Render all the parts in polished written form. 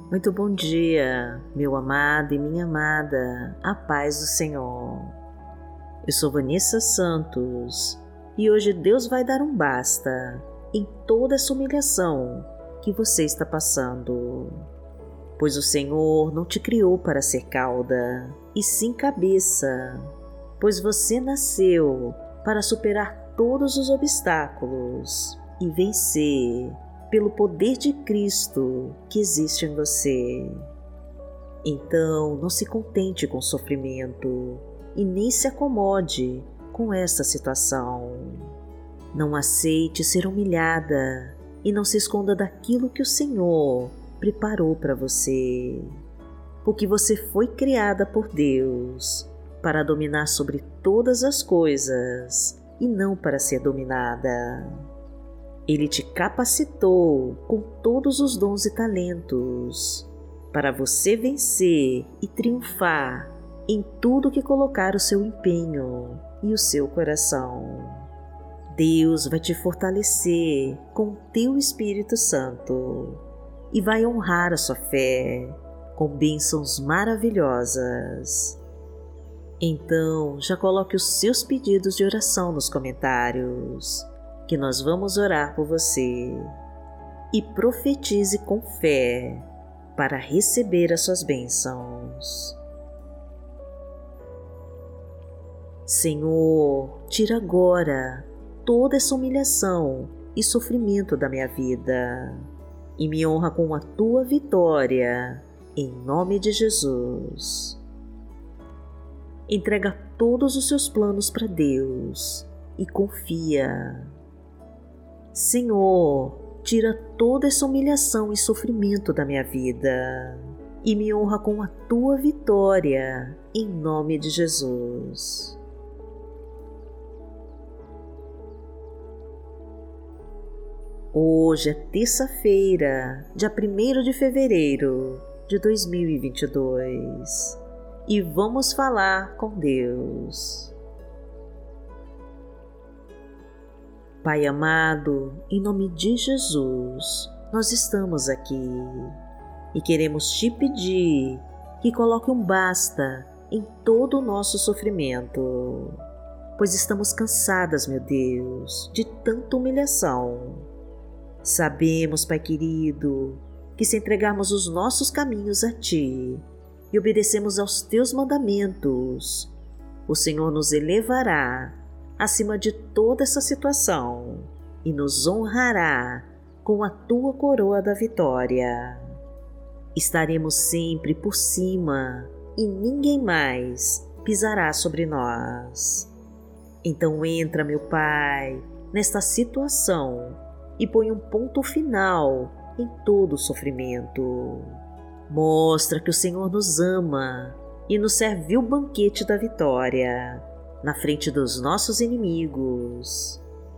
Muito bom dia, meu amado e minha amada, a paz do Senhor. Eu sou Vanessa Santos e hoje Deus vai dar um basta em toda essa humilhação que você está passando. Pois o Senhor não te criou para ser cauda, e sim cabeça, pois você nasceu para superar todos os obstáculos e vencer pelo poder de Cristo que existe em você. Então, não se contente com o sofrimento e nem se acomode com essa situação. Não aceite ser humilhada e não se esconda daquilo que o Senhor preparou para você, porque você foi criada por Deus para dominar sobre todas as coisas e não para ser dominada. Ele te capacitou com todos os dons e talentos para você vencer e triunfar em tudo que colocar o seu empenho e o seu coração. Deus vai te fortalecer com o teu Espírito Santo e vai honrar a sua fé com bênçãos maravilhosas. Então, já coloque os seus pedidos de oração nos comentários, que nós vamos orar por você, e profetize com fé para receber as suas bênçãos. Senhor, tira agora toda essa humilhação e sofrimento da minha vida e me honra com a tua vitória, em nome de Jesus. Entrega todos os seus planos para Deus e confia. Senhor, tira toda essa humilhação e sofrimento da minha vida e me honra com a tua vitória, em nome de Jesus. Hoje é terça-feira, dia 1º de fevereiro de 2022 e vamos falar com Deus. Pai amado, em nome de Jesus, nós estamos aqui e queremos te pedir que coloque um basta em todo o nosso sofrimento, pois estamos cansadas, meu Deus, de tanta humilhação. Sabemos, Pai querido, que se entregarmos os nossos caminhos a Ti e obedecermos aos Teus mandamentos, o Senhor nos elevará acima de toda essa situação e nos honrará com a Tua coroa da vitória. Estaremos sempre por cima e ninguém mais pisará sobre nós. Então entra, meu Pai, nesta situação e põe um ponto final em todo o sofrimento. Mostra que o Senhor nos ama e nos serviu o banquete da vitória na frente dos nossos inimigos.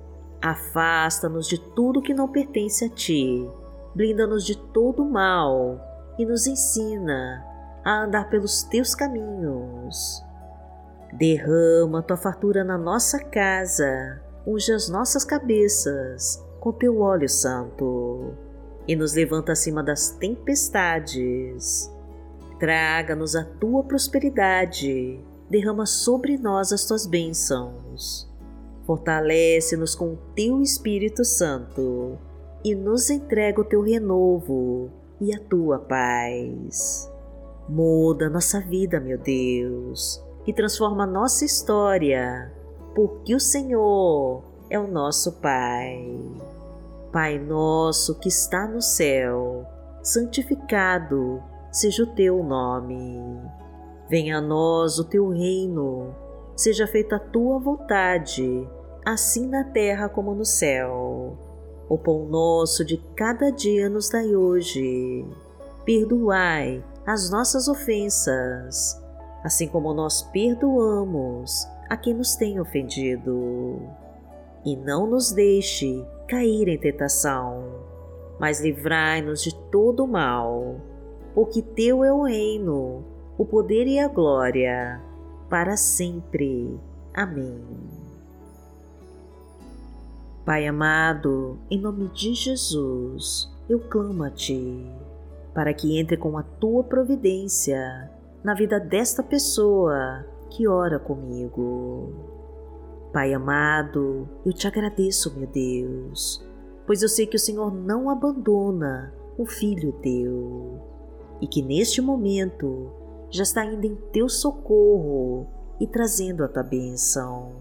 Afasta-nos de tudo que não pertence a Ti, blinda-nos de todo o mal e nos ensina a andar pelos Teus caminhos. Derrama Tua fartura na nossa casa, unge as nossas cabeças com Teu óleo santo e nos levanta acima das tempestades. Traga-nos a Tua prosperidade, derrama sobre nós as Tuas bênçãos. Fortalece-nos com o Teu Espírito Santo e nos entrega o Teu renovo e a Tua paz. Muda nossa vida, meu Deus, e transforma nossa história, porque o Senhor é o nosso Pai. Pai nosso que está no céu, santificado seja o Teu nome. Venha a nós o Teu reino, seja feita a Tua vontade, assim na terra como no céu. O pão nosso de cada dia nos dai hoje. Perdoai as nossas ofensas, assim como nós perdoamos a quem nos tem ofendido. E não nos deixe cair em tentação, mas livrai-nos de todo o mal, porque Teu é o reino, o poder e a glória, para sempre. Amém. Pai amado, em nome de Jesus, eu clamo a Ti para que entre com a tua providência na vida desta pessoa que ora comigo. Pai amado, eu te agradeço, meu Deus, pois eu sei que o Senhor não abandona o filho teu e que neste momento já está indo em teu socorro e trazendo a tua bênção.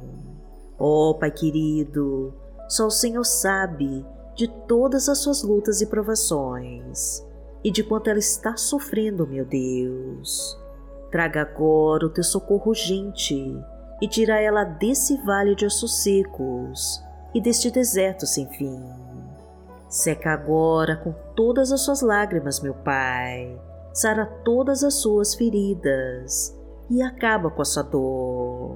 Ó Pai querido, só o Senhor sabe de todas as suas lutas e provações e de quanto ela está sofrendo, meu Deus. Traga agora o teu socorro urgente e tira ela desse vale de ossos secos e deste deserto sem fim. Seca agora com todas as suas lágrimas, meu Pai, sara todas as suas feridas e acaba com a sua dor.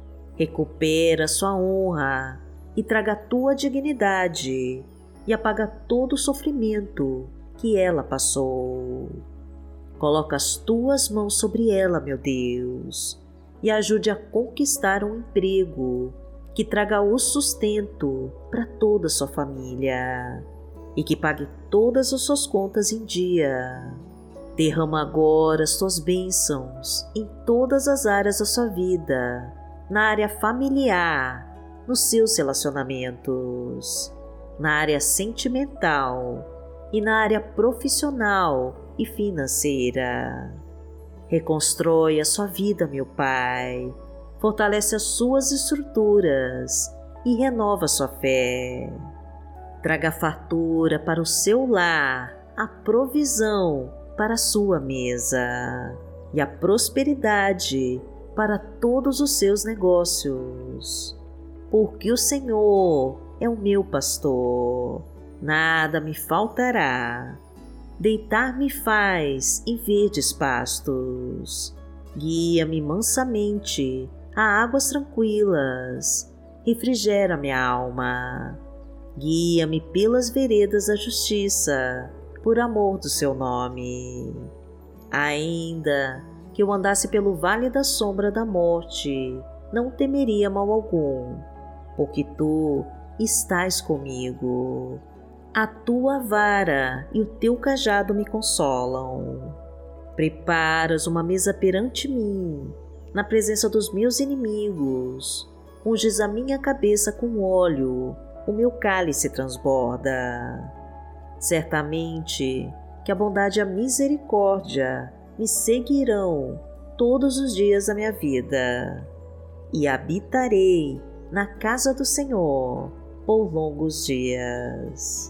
Recupera a sua honra e traga a tua dignidade e apaga todo o sofrimento que ela passou. Coloca as tuas mãos sobre ela, meu Deus, e ajude a conquistar um emprego que traga o sustento para toda a sua família e que pague todas as suas contas em dia. Derrama agora as tuas bênçãos em todas as áreas da sua vida, na área familiar, nos seus relacionamentos, na área sentimental e na área profissional e financeira. Reconstrói a sua vida, meu Pai, fortalece as suas estruturas e renova a sua fé. Traga fartura para o seu lar, a provisão para a sua mesa e a prosperidade para todos os seus negócios. Porque o Senhor é o meu pastor, nada me faltará. Deitar-me faz em verdes pastos, guia-me mansamente a águas tranquilas, refrigera minha alma. Guia-me pelas veredas da justiça, por amor do seu nome. Ainda que eu andasse pelo vale da sombra da morte, não temeria mal algum, porque tu estás comigo. A tua vara e o teu cajado me consolam. Preparas uma mesa perante mim, na presença dos meus inimigos. Unges a minha cabeça com óleo, o meu cálice transborda. Certamente que a bondade e a misericórdia me seguirão todos os dias da minha vida, e habitarei na casa do Senhor por longos dias.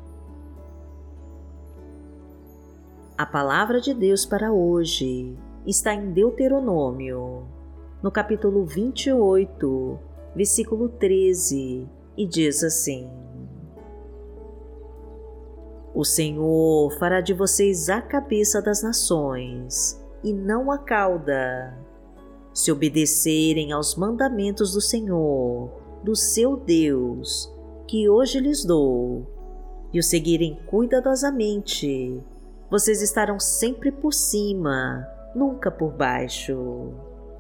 A palavra de Deus para hoje está em Deuteronômio, no capítulo 28, versículo 13, e diz assim: O Senhor fará de vocês a cabeça das nações, e não a cauda. Se obedecerem aos mandamentos do Senhor, do seu Deus, que hoje lhes dou, e o seguirem cuidadosamente, vocês estarão sempre por cima, nunca por baixo.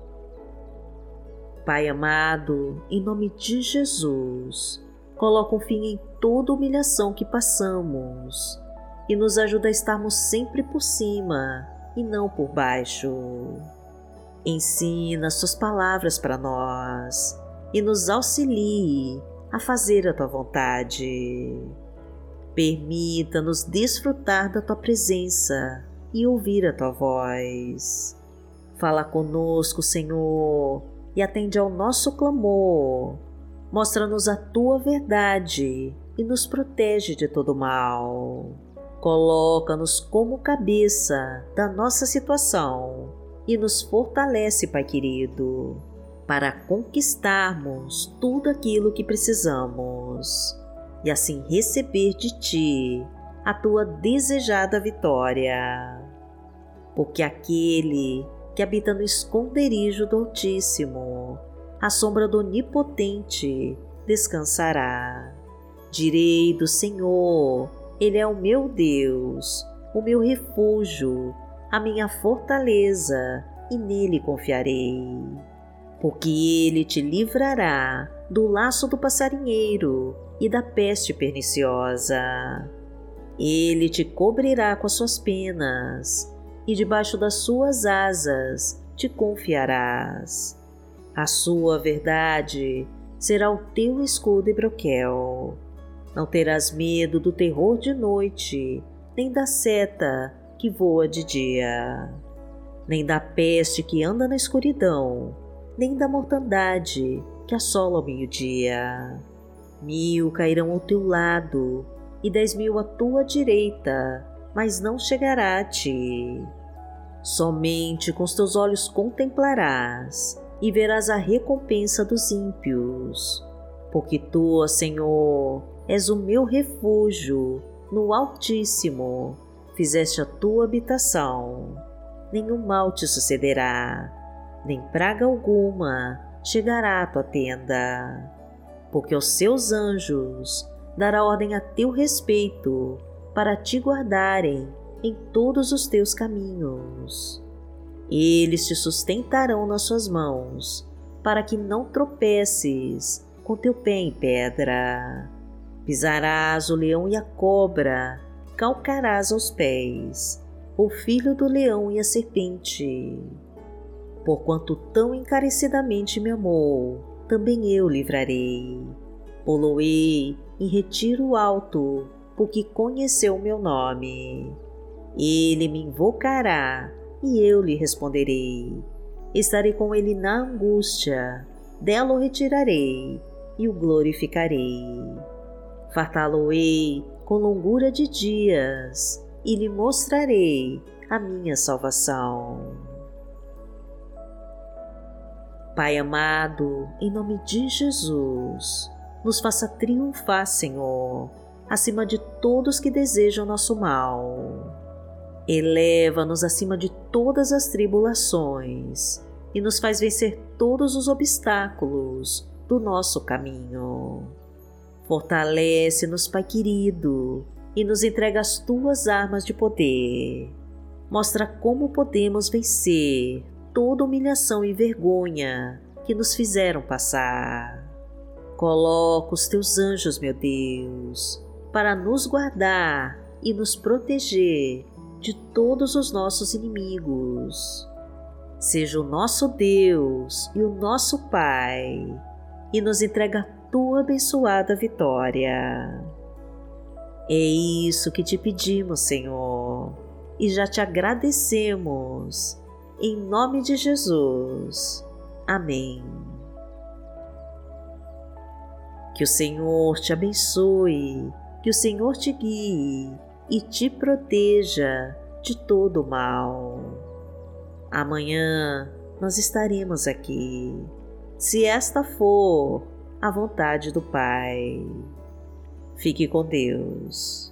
Pai amado, em nome de Jesus, coloca um fim em toda humilhação que passamos e nos ajuda a estarmos sempre por cima e não por baixo. Ensina suas palavras para nós e nos auxilie a fazer a tua vontade. Permita-nos desfrutar da tua presença e ouvir a tua voz. Fala conosco, Senhor, e atende ao nosso clamor. Mostra-nos a tua verdade e nos protege de todo mal. Coloca-nos como cabeça da nossa situação e nos fortalece, Pai querido, para conquistarmos tudo aquilo que precisamos e assim receber de Ti a Tua desejada vitória. Porque aquele que habita no esconderijo do Altíssimo, à sombra do Onipotente, descansará. Direi do Senhor, Ele é o meu Deus, o meu refúgio, a minha fortaleza, e nele confiarei. Porque Ele te livrará do laço do passarinheiro e da peste perniciosa. Ele te cobrirá com as suas penas e debaixo das suas asas te confiarás. A sua verdade será o teu escudo e broquel. Não terás medo do terror de noite, nem da seta que voa de dia, nem da peste que anda na escuridão, nem da mortandade que assola ao meio-dia. 1000 cairão ao teu lado e 10.000 à tua direita, mas não chegará a ti. Somente com os teus olhos contemplarás e verás a recompensa dos ímpios. Porque tu, ó Senhor, és o meu refúgio, no Altíssimo fizeste a tua habitação. Nenhum mal te sucederá, nem praga alguma chegará à tua tenda. Porque aos seus anjos dará ordem a teu respeito, para te guardarem em todos os teus caminhos. Eles te sustentarão nas suas mãos, para que não tropeces com teu pé em pedra. Pisarás o leão e a cobra, calcarás aos pés o filho do leão e a serpente. Porquanto tão encarecidamente me amou, também eu livrarei. Pô-lo-ei em retiro alto, porque conheceu o meu nome. Ele me invocará e eu lhe responderei. Estarei com ele na angústia, dela o retirarei e o glorificarei. Fartá-lo-ei com longura de dias e lhe mostrarei a minha salvação. Pai amado, em nome de Jesus, nos faça triunfar, Senhor, acima de todos que desejam nosso mal. Eleva-nos acima de todas as tribulações e nos faz vencer todos os obstáculos do nosso caminho. Fortalece-nos, Pai querido, e nos entrega as tuas armas de poder. Mostra como podemos vencer toda humilhação e vergonha que nos fizeram passar. Coloca os teus anjos, meu Deus, para nos guardar e nos proteger de todos os nossos inimigos. Seja o nosso Deus e o nosso Pai, e nos entrega a tua abençoada vitória. É isso que te pedimos, Senhor, e já te agradecemos. Em nome de Jesus. Amém. Que o Senhor te abençoe, que o Senhor te guie e te proteja de todo o mal. Amanhã nós estaremos aqui, se esta for a vontade do Pai. Fique com Deus.